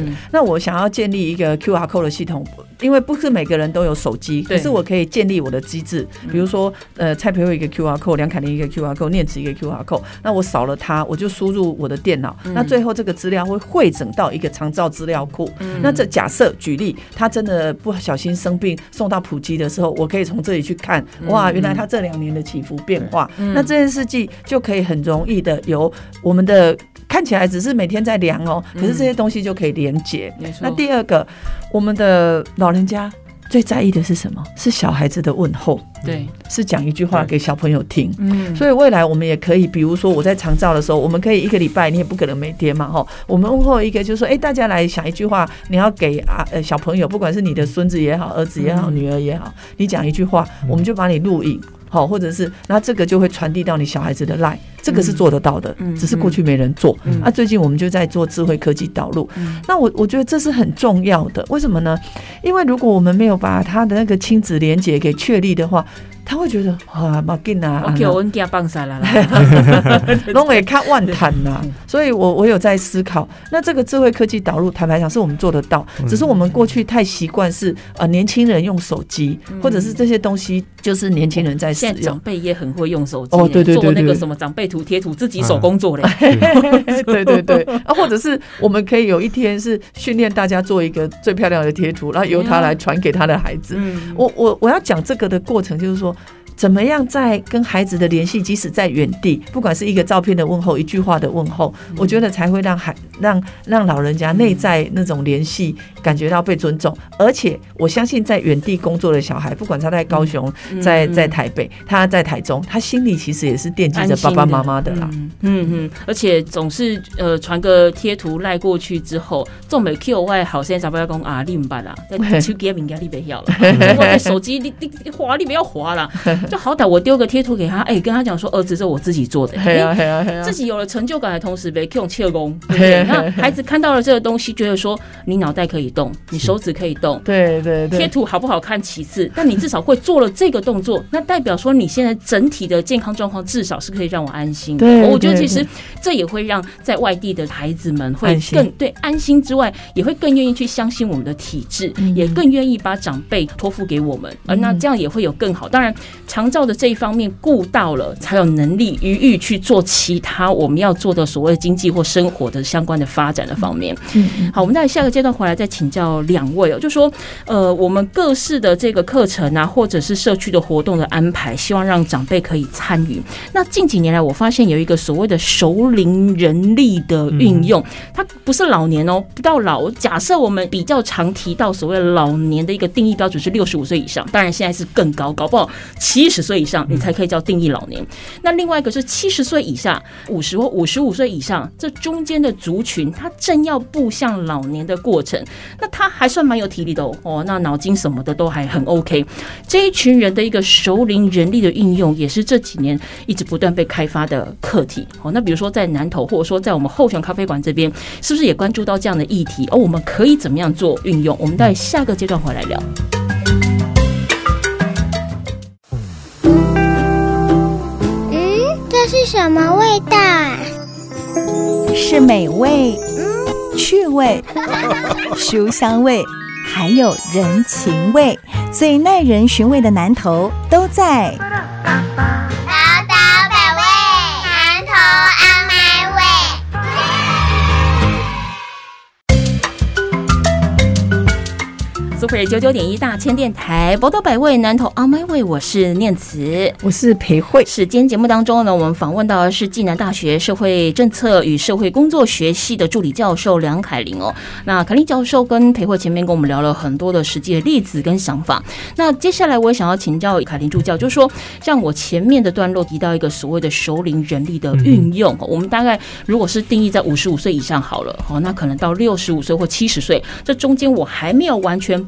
嗯、那我想要建立一个 Q R code 的系统，因为不是每个人都有手机，可是我可以建立我的机制，比如说呃蔡培慧一个 Q R code， 梁凯琳一个 Q R code， 念慈一个 Q R code， 那我扫了它，我就输入我的电脑，嗯、那最后这个资料会汇整到一个长照资料库。嗯、那这假设举例，他真的不小心生病送到普及的时候，我可以从这里去看，哇，原来他这两年的起伏变化。嗯、那这件事情就可以很容易的由我们的看起来只是每天在量哦，可是这些东西就可以连结。嗯、那第二个，我们的老人家最在意的是什么？是小孩子的问候， 对， 是讲一句话给小朋友听。嗯，所以未来我们也可以，比如说我在长照的时候，我们可以一个礼拜，你也不可能每天嘛，哈，我们问候一个，就是说，哎、欸，大家来想一句话，你要给啊呃小朋友，不管是你的孙子也好，儿子也好，嗯、女儿也好，你讲一句话，我们就把你录影。好，或者是那这个就会传递到你小孩子的 line， 这个是做得到的，嗯、只是过去没人做。嗯、啊，最近我们就在做智慧科技导入。嗯、那我我觉得这是很重要的，为什么呢？因为如果我们没有把他的那个亲子连结给确立的话，他会觉得啊，马紧啊， 我叫我家放下来啦， 拢会较万谈呐。所以我我有在思考，那这个智慧科技导入，坦白讲是我们做得到，只是我们过去太习惯是呃年轻人用手机，或者是这些东西就是年轻人在使用。 现在长辈也很会用手机， 哦，对对对对， 做那个什么长辈图贴图，自己手工做的。 对对对，啊，或者是我们可以有一天是训练大家做一个最漂亮的贴图，然后由他来传给他的孩子。嗯、我我我要讲这个的过程，就是说。怎么样在跟孩子的联系，即使在远地，不管是一个照片的问候，一句话的问候，嗯、我觉得才会让孩让让老人家内在那种联系感觉到被尊重。而且我相信，在远地工作的小孩，不管他在高雄、嗯、在在台北，他在台中，他心里其实也是惦记着爸爸妈妈的啦。 嗯嗯嗯，而且总是呃传个贴图赖过去之后，总没 Q 外好些长辈讲啊，你唔捌啦，但手机名家你别晓了，我在手机你你你滑你不要滑啦。就好歹我丢个贴图给他，哎、欸，跟他讲说，儿子是我自己做的，哎、欸，自己有了成就感的同时，别用切工，对不对？那孩子看到了这个东西，觉得说你脑袋可以动，你手指可以动， 对对对， 贴图好不好看其次，但你至少会做了这个动作，那代表说你现在整体的健康状况至少是可以让我安心的。 对， 我觉得其实这也会让在外地的孩子们会更对安心之外，也会更愿意去相信我们的体制，嗯、也更愿意把长辈托付给我们，而那这样也会有更好。当然，长照的这一方面顾到了，才有能力余裕去做其他我们要做的所谓经济或生活的相关的发展的方面。嗯、好，我们在下个阶段回来再请教两位哦，就说呃，我们各式的这个课程啊，或者是社区的活动的安排，希望让长辈可以参与。那近几年来，我发现有一个所谓的熟龄人力的运用，嗯、它不是老年哦，不到老。假设我们比较常提到所谓老年的一个定义标准是六十五岁以上，当然现在是更高，搞不好七十岁以上你才可以叫定义老年。那另外一个是七十岁以下、五十或五十五岁以上，这中间的族群，它正要步向老年的过程，那他还算蛮有体力的哦，哦那脑筋什么的都还很 OK。这一群人的一个熟龄人力的运用，也是这几年一直不断被开发的课题。哦，那比如说在南投，或者说在我们后泉咖啡馆这边，是不是也关注到这样的议题？哦，我们可以怎么样做运用？我们在下个阶段回来聊。 是什么味道啊？ 是美味、嗯、趣味、书香味，还有人情味，最耐人寻味的南投都在宝岛百味，南投 on my way。 Super 九九点一大千电台，宝岛百味，南投 on my way， 我是念慈， 我是培慧。 是今天节目当中呢，我们访问到的是暨南大学社会政策与社会工作学系的助理教授梁凯琳哦。那凯琳教授跟培慧前面跟我们聊了很多的实际的例子跟想法。那接下来我也想要请教凯琳助教，就是说，像我前面的段落提到一个所谓的熟龄人力的运用，嗯、我们大概如果是定义在五十五岁以上好了，哦，那可能到六十五岁或七十岁，这中间我还没有完全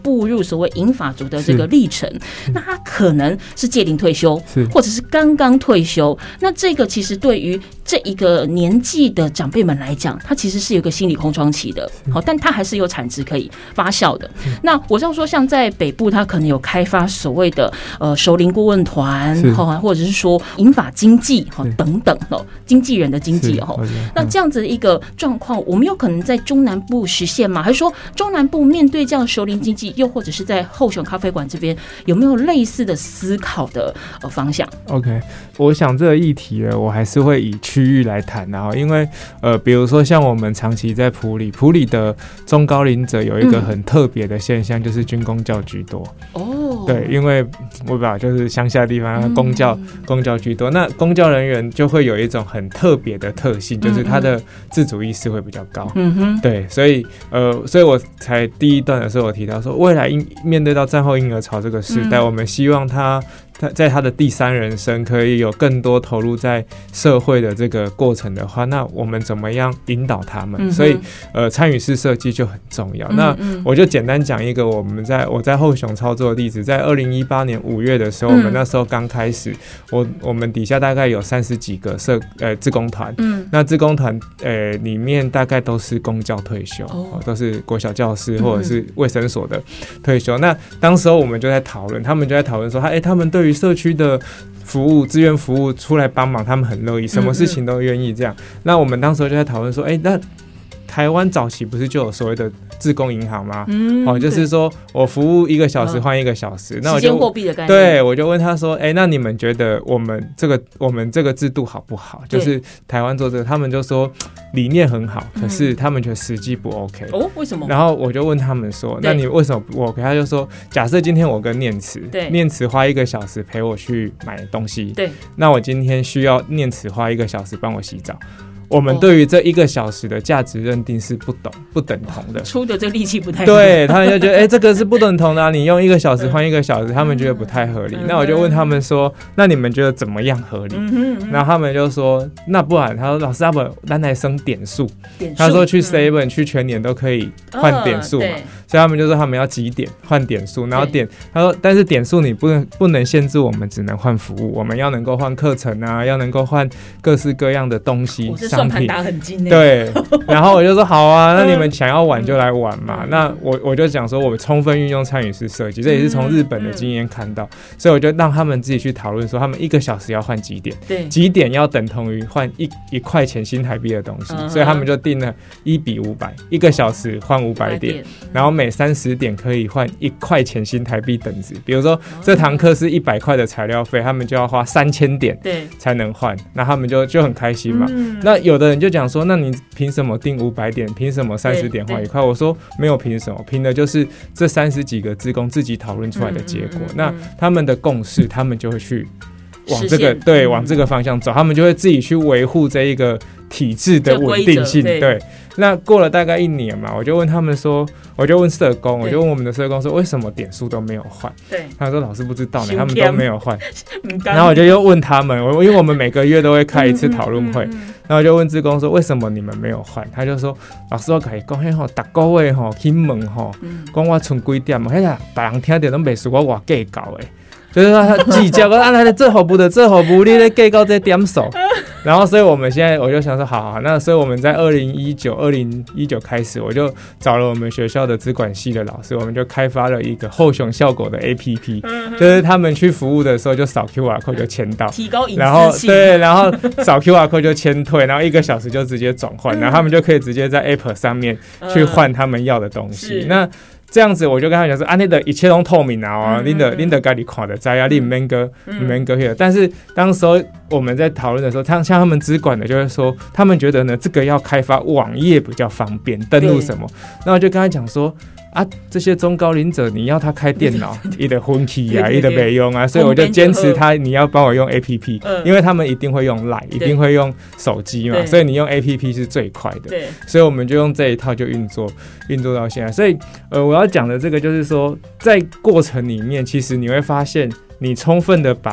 步入所谓银发族的这个历程，那他可能是届龄退休，或者是刚刚退休。那这个其实对于这一个年纪的长辈们来讲，他其实是有一个心理空窗期的，好，但他还是有产值可以发酵的。那我这样说，像在北部，他可能有开发所谓的呃熟龄顾问团，或者是说银发经济等等哦，经纪人的经济哦。那这样子的一个状况，我们有可能在中南部实现吗？还是说中南部面对这样熟龄经济，又或者是在后熊咖啡馆这边有没有类似的思考的呃方向 ？OK， 我想这个议题呢，我还是会以区域来谈，然后因为呃，比如说像我们长期在埔里，埔里的中高龄者有一个很特别的现象，嗯、就是军公教居多。哦，对，因为我不知道，就是乡下地方公教、嗯、公教居多，那公教人员就会有一种很特别的特性，就是他的自主意识会比较高。嗯哼，对，所以呃，所以我才第一段的时候我提到说，未来面对到战后婴儿潮这个时代，嗯、我们希望他。在他的第三人生可以有更多投入在社会的这个过程的话，那我们怎么样引导他们？嗯、所以呃，参与式设计就很重要。嗯、那我就简单讲一个我们在我在后熊操作的例子，在二零一八年五月的时候，嗯、我们那时候刚开始，我我们底下大概有三十几个社呃志工团，嗯，那志工团呃里面大概都是公教退休，哦、都是国小教师或者是卫生所的退休。嗯、那当时候我们就在讨论，他们就在讨论说，哎，他们对于社区的服务、志愿服务出来帮忙，他们很乐意，什么事情都愿意这样。嗯嗯那我们当时就在讨论说，哎，那台湾早期不是就有所谓的志工银行吗？嗯，哦，就是说我服务一个小时换一个小时，嗯、那我就时间货币的概念。 对，我就问他说，哎，那你们觉得我们这个我们这个制度好不好？就是台湾做这个，他们就说理念很好，可是他们觉得实际不 OK。 哦，为什么？ 然后我就问他们说，那你为什么不 OK？他就说，假设今天我跟念慈，念慈花一个小时陪我去买东西，对，那我今天需要念慈花一个小时帮我洗澡。我们对于这一个小时的价值认定是不懂不等同的， 出的这个力气不太对，他们就觉得哎、欸，这个是不等同的、啊，你用一个小时换一个小时，他们觉得不太合理。那我就问他们说，那你们觉得怎么样合理？然后他们就说，那不然他说老师，要不咱来升点数？他说去 seven、嗯、去全年都可以换点数嘛。哦，所以他们就说他们要几点换点数，然后点他说，但是点数你不能不能限制我们只能换服务，我们要能够换课程啊，要能够换各式各样的东西。 算盘打很精， 对，然后我就说好啊，那你们想要玩就来玩嘛。嗯、那我我就讲说，我充分运用参与式设计，这也是从日本的经验看到，嗯嗯、所以我就让他们自己去讨论说，他们一个小时要换几点，对，几点要等同于换一一块钱新台币的东西，嗯、所以他们就定了一比五百，一个小时换五百点，然后每三十点可以换一块钱新台币等值。比如说这堂课是一百块的材料费，他们就要花三千点才能换，那他们就就很开心嘛。嗯、那有的人就讲说，那你凭什么定五百点？凭什么三十点换一块？我说没有凭什么，凭的就是这三十几个志工自己讨论出来的结果。嗯嗯嗯、那他们的共识，他们就会去往这个对往这个方向走，他们就会自己去维护这一个体制的稳定性。对，对，那过了大概一年嘛，我就问他们说，我就问社工，我就问我们的社工说，为什么点数都没有换？对，他说老师不知道呢，他们都没有换。然后我就又问他们，我因为我们每个月都会开一次讨论会，然后我就问志工说，为什么你们没有换？他就说，老师我跟你讲，嘿吼，每个月吼去问吼，讲我剩几点嘛，嘿呀，别人听到都袂输我偌计较的。就是说他计较说啊，来这好不的，这好不，你咧计较这点数。然后，所以我们现在我就想说，好好，那所以我们在二零一九、二零一九开始，我就找了我们学校的资管系的老师，我们就开发了一个后熊效果的 A P P，嗯、就是他们去服务的时候就扫 Q R code 就签到， 提高隐私性。 然后对，然后扫 Q R code 就签退，然后一个小时就直接转换，然后他们就可以直接在 App 上面去换他们要的东西。嗯、那这样子，我就跟他讲说，啊，你的一切都透明啊，你的你的家己看得知啊，你唔免个唔免个去。但是当时候我们在讨论的时候，像像他们资管的就会说，他们觉得呢，这个要开发网页比较方便，登录什么。那我就跟他讲说，啊，这些中高龄者你要他开电脑，你的分期啊，你的没用啊，所以我就坚持他，你要帮我用 A P P，嗯、因为他们一定会用 Line， 一定会用手机嘛，所以你用 A P P 是最快的。对，所以我们就用这一套就运作，运作到现在。所以，呃，我要讲的这个就是说，在过程里面，其实你会发现，你充分的把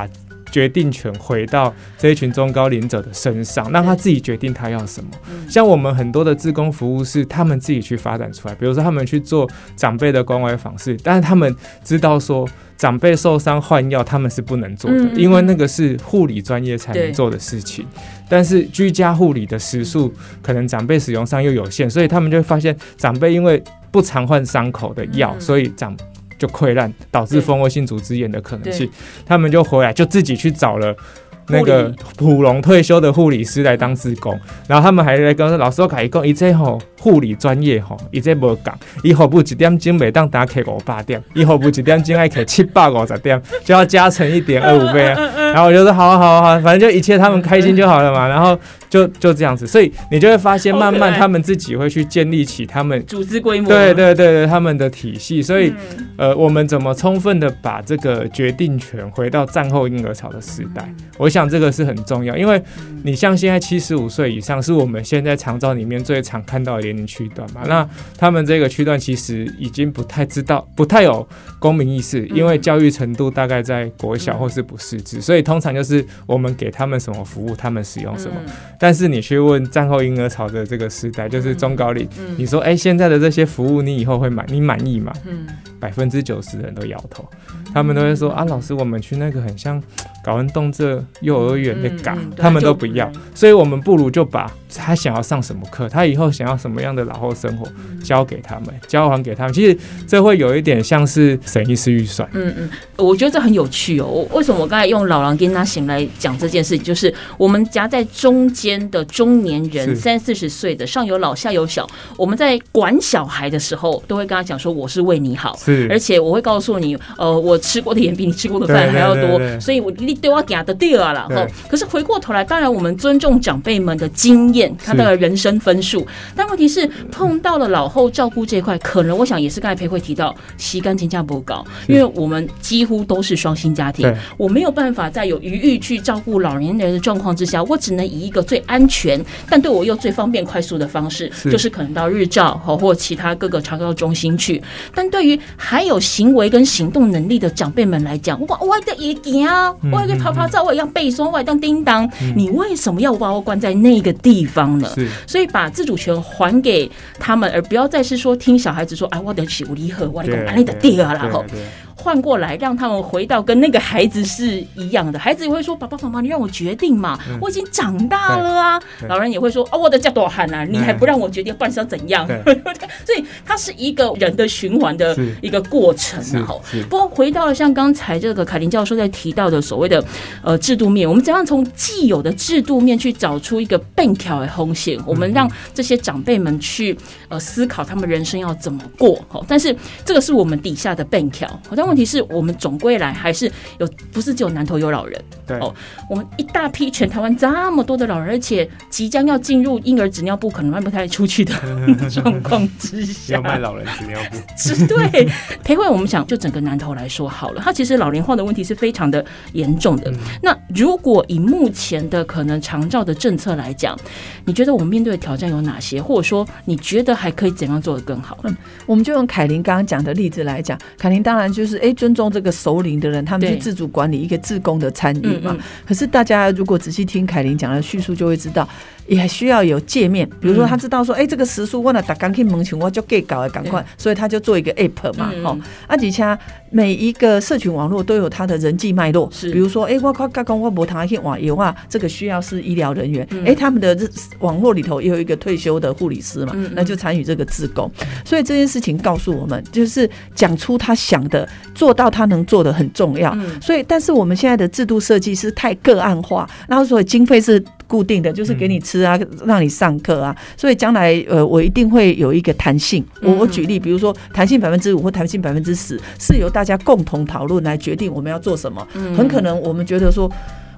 决定权回到这一群中高龄者的身上，让他自己决定他要什么。像我们很多的志工服务是他们自己去发展出来，比如说他们去做长辈的关怀访视，但是他们知道说长辈受伤换药他们是不能做的，嗯嗯嗯，因为那个是护理专业才能做的事情。但是居家护理的时数可能长辈使用上又有限，所以他们就会发现长辈因为不常换伤口的药，嗯，所以长就溃烂，导致蜂窝性组织炎的可能性。他们就回来就自己去找了那个普隆退休的护理师来当志工，然后他们还来跟我说，老师我跟你讲，伊这吼护理专业吼，伊这无讲，以后不一点钟每当打开五百点，以后不一点钟爱开七百五十点，就要加成一点二五倍啊。然后我就说好啊好啊好啊，反正就一切他们开心就好了嘛。然后就就这样子，所以你就会发现，慢慢他们自己会去建立起他们组织规模， 对对对对，他们的体系。所以、嗯、呃，我们怎么充分的把这个决定权回到战后婴儿潮的时代？嗯、我想这个是很重要，因为你像现在七十五岁以上，是我们现在长照里面最常看到的年龄区段嘛。那他们这个区段其实已经不太知道，不太有公民意识，因为教育程度大概在国小或是不识字，所以通常就是我们给他们什么服务，他们使用什么。嗯、但是你去问战后婴儿潮的这个时代，就是中高龄，嗯、你说哎、欸，现在的这些服务你以后会满，你满意吗？百分之九十的人都摇头，他们都会说啊，老师，我们去那个很像搞完动这幼儿园的岗、嗯嗯，他们都不要，所以我们不如就把他想要上什么课，他以后想要什么样的老后生活，交给他们，交还给他们。其实这会有一点像是省一次预算。 嗯嗯，我觉得这很有趣哦。为什么我刚才用老人跟他醒来讲这件事情，就是我们夹在中间的中年人，三四十岁的，上有老下有小，我们在管小孩的时候，都会跟他讲说我是为你好，而且我会告诉你，呃，我吃过的盐比你吃过的饭还要多，对对对对，所以我你对我给的对了啦。可是回过头来，当然我们尊重长辈们的经验，他的人生分数，但问题是碰到了老后照顾这一块，可能我想也是刚才培慧提到，洗干净价不高，因为我们几乎都是双薪家庭，我没有办法在有余裕去照顾老年人的状况之下，我只能以一个最安全，但对我又最方便快速的方式，是就是可能到日照或其他各个长照中心去。但对于还有行为跟行动能力的长辈们来讲，我我的也行啊，我也爬爬照，我也当背诵，我也当叮当、嗯，你为什么要把我关在那个地方呢？所以把自主权还给他们，而不要再是说听小孩子说，哎，我的起无离合，我的讲你的对啊啦吼。换过来，让他们回到跟那个孩子是一样的。孩子也会说：“爸爸妈妈，你让我决定嘛，嗯、我已经长大了啊。”老人也会说：“哦，我的叫多喊啊，你还不让我决定，不然想怎样？”所以它是一个人的循环的一个过程啊。不过回到了像刚才这个凯琳教授在提到的所谓的呃制度面，我们怎样从既有的制度面去找出一个变条的红线？我们让这些长辈们去呃思考他们人生要怎么过。但是这个是我们底下的变条，但问题是我们总归来还是有，不是只有南投有老人，对哦，我们一大批全台湾这么多的老人，而且即将要进入婴儿纸尿布可能卖不太出去的状况之下， 要卖老人纸尿布， 是对。培慧，我们想就整个南投来说好了，它其实老龄化的问题是非常的严重的。嗯、那如果以目前的可能长照的政策来讲，你觉得我们面对的挑战有哪些，或者说你觉得还可以怎样做得更好？ 嗯，我们就用凯琳刚刚讲的例子来讲，凯琳当然就是哎，尊重这个熟龄的人，他们去自主管理一个志工的参与嘛。嗯嗯，可是大家如果仔细听凯琳讲的叙述，就会知道，也需要有界面。比如说，他知道说，哎、嗯，这个时数我那打刚去门前，我就给搞了，赶快，所以他就做一个 app 嘛，嗯嗯哦，而且每一个社群网络都有它的人际脉络。比如说，哎，我刚刚我没谈去网游啊，这个需要是医疗人员，哎、嗯，他们的网络里头也有一个退休的护理师嘛，嗯、那就参与这个志工。所以这件事情告诉我们，就是讲出他想的，做到他能做的很重要。嗯、所以，但是我们现在的制度设计是太个案化，然后所以经费是固定的，就是给你吃啊，嗯、让你上课啊，所以将来呃，我一定会有一个弹性。我我举例，比如说弹性百分之五或弹性百分之十，是由大家共同讨论来决定我们要做什么。嗯、很可能我们觉得说，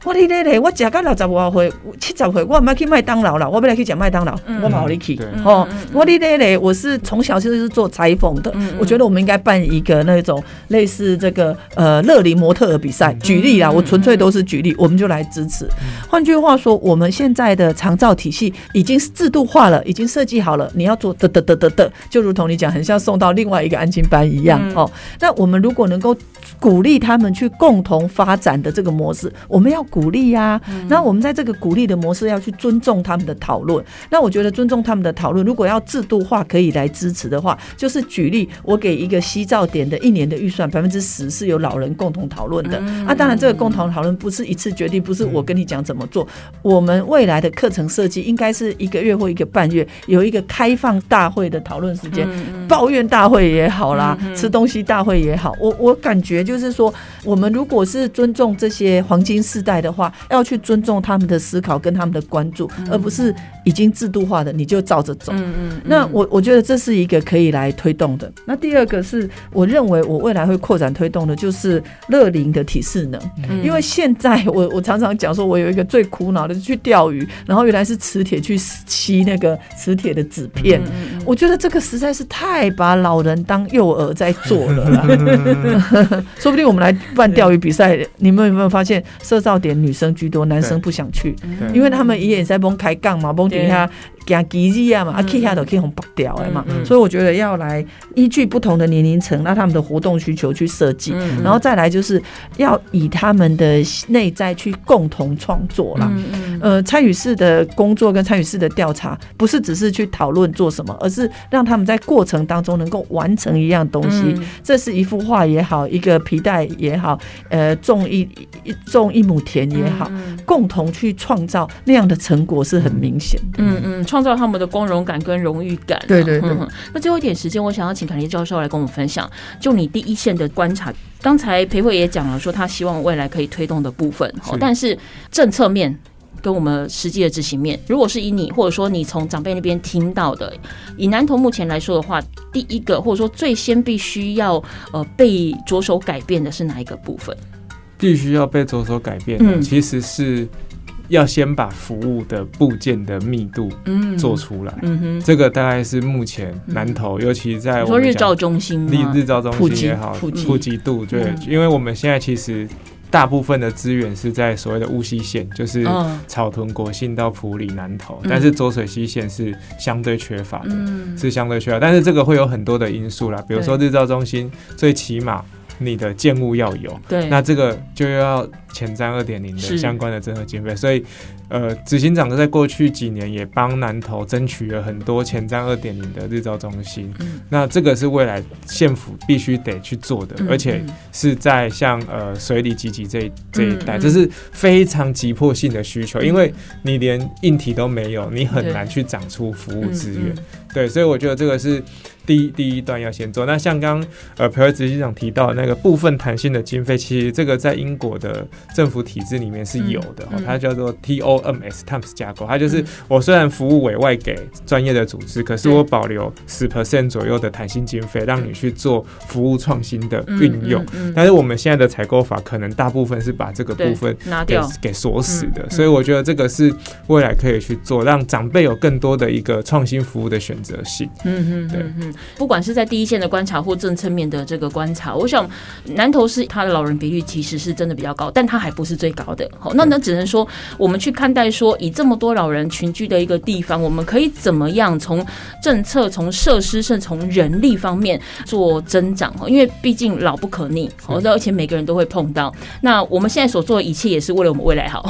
我你咧咧，我食到六十外岁、七十岁，我唔要去麦当劳了，我要来去吃麦当劳，嗯、我冇你去。哦，我你咧咧，我是从小就是做裁缝的，嗯、我觉得我们应该办一个那种类似这个呃乐龄模特儿比赛。举例啦，我纯粹都是举例，我们就来支持。换句话说，我们现在的长照体系已经制度化了，已经设计好了，你要做的的的的的，就如同你讲，很像送到另外一个安亲班一样。嗯、哦，那我们如果能够鼓励他们去共同发展的这个模式，我们要鼓励啊。嗯、那我们在这个鼓励的模式要去尊重他们的讨论。那我觉得尊重他们的讨论，如果要制度化可以来支持的话，就是举例，我给一个西照点的一年的预算百分之十是由老人共同讨论的。嗯、啊，当然这个共同讨论不是一次决定，不是我跟你讲怎么做。我们未来的课程设计应该是一个月或一个半月有一个开放大会的讨论时间，嗯、抱怨大会也好啦，嗯、吃东西大会也好，我我感觉就是说，我们如果是尊重这些黄金世代的话，要去尊重他们的思考跟他们的关注，嗯、而不是已经制度化的你就照着走。嗯嗯、那我我觉得这是一个可以来推动的。那第二个是我认为我未来会扩展推动的，就是乐龄的体适能。嗯、因为现在我我常常讲说，我有一个最苦恼的是去钓鱼，然后原来是磁铁去吸那个磁铁的纸片。嗯、我觉得这个实在是太把老人当幼儿在做了啦。说不定我们来办钓鱼比赛，你们有没有发现社造点女生居多，男生不想去，因为他们也在帮开杠嘛，帮底下行机子啊嘛，啊去下头可以红拔掉的嘛，嗯、所以我觉得要来依据不同的年龄层，那他们的活动需求去设计，嗯、然后再来就是要以他们的内在去共同创作啦。嗯嗯、呃，参与式的工作跟参与式的调查，不是只是去讨论做什么，而是让他们在过程当中能够完成一样东西。嗯、这是一幅画也好，一个皮带也好，呃，种一种一亩田也好，嗯、共同去创造那样的成果是很明显的。 嗯嗯。创造他们的光荣感跟荣誉感。 对对对、嗯。 那最后一点时间，我想要请凯丽教授来跟我们分享，就你第一线的观察。刚才培慧也讲了，说他希望未来可以推动的部分，是但是政策面跟我们实际的执行面，如果是以你或者说你从长辈那边听到的，以南投目前来说的话，第一个或者说最先必须要呃被着手改变的是哪一个部分？ 必须要被着手改变的，嗯、其实是要先把服务的部件的密度做出来，嗯嗯、这个大概是目前南投，嗯、尤其在我们说日照中心吗？ 日照中心也好，普及普及度，对，嗯、因为我们现在其实大部分的资源是在所谓的雾溪线，就是草屯、国信到埔里、南投，嗯、但是浊水溪线是相对缺乏的，嗯、是相对缺乏，但是这个会有很多的因素啦，比如说日照中心，最起码你的建物要有，对，那这个就要前瞻 二点零 的相关的整合经费，所以呃，执行长在过去几年也帮南投争取了很多前瞻 二点零 的日照中心，嗯、那这个是未来县府必须得去做的，嗯、而且是在像呃水里集集这一这一带，嗯、这是非常急迫性的需求，嗯、因为你连硬体都没有，你很难去长出服务资源，对，所以我觉得这个是第一第一段要先做。那像刚呃培慧执行长提到的那个部分弹性的经费，其实这个在英国的政府体制里面是有的，嗯、它叫做 T O M S T A M S 架构，它就是我虽然服务委外给专业的组织，可是我保留 百分之十 左右的弹性经费，让你去做服务创新的运用。嗯嗯嗯、但是我们现在的采购法可能大部分是把这个部分拿掉给锁死的，嗯嗯、所以我觉得这个是未来可以去做，让长辈有更多的一个创新服务的选择性。 嗯嗯，对，嗯，不管是在第一线的观察或政策面的这个观察，我想南投市它的老人比率其实是真的比较高，但它还不是最高的。好，那那只能说我们去看待说，以这么多老人群居的一个地方，我们可以怎么样从政策、从设施，甚至从人力方面做增长？因为毕竟老不可逆，而且每个人都会碰到。那我们现在所做的一切也是为了我们未来好，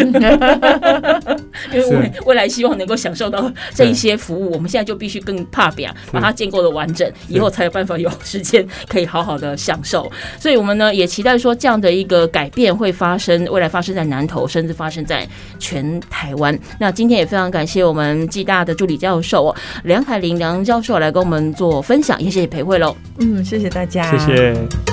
因为我们未来希望能够享受到这一些服务，我们现在就必须更怕表，把它建构的完整，以后才有办法有时间可以好好的享受。所以我们呢也期待说这样的一个改变会发生，未来发生在南投，甚至发生在全台湾。那今天也非常感谢我们暨大的助理教授梁凯琳梁教授来跟我们做分享，也谢谢培慧喽。 嗯，谢谢大家， 谢谢。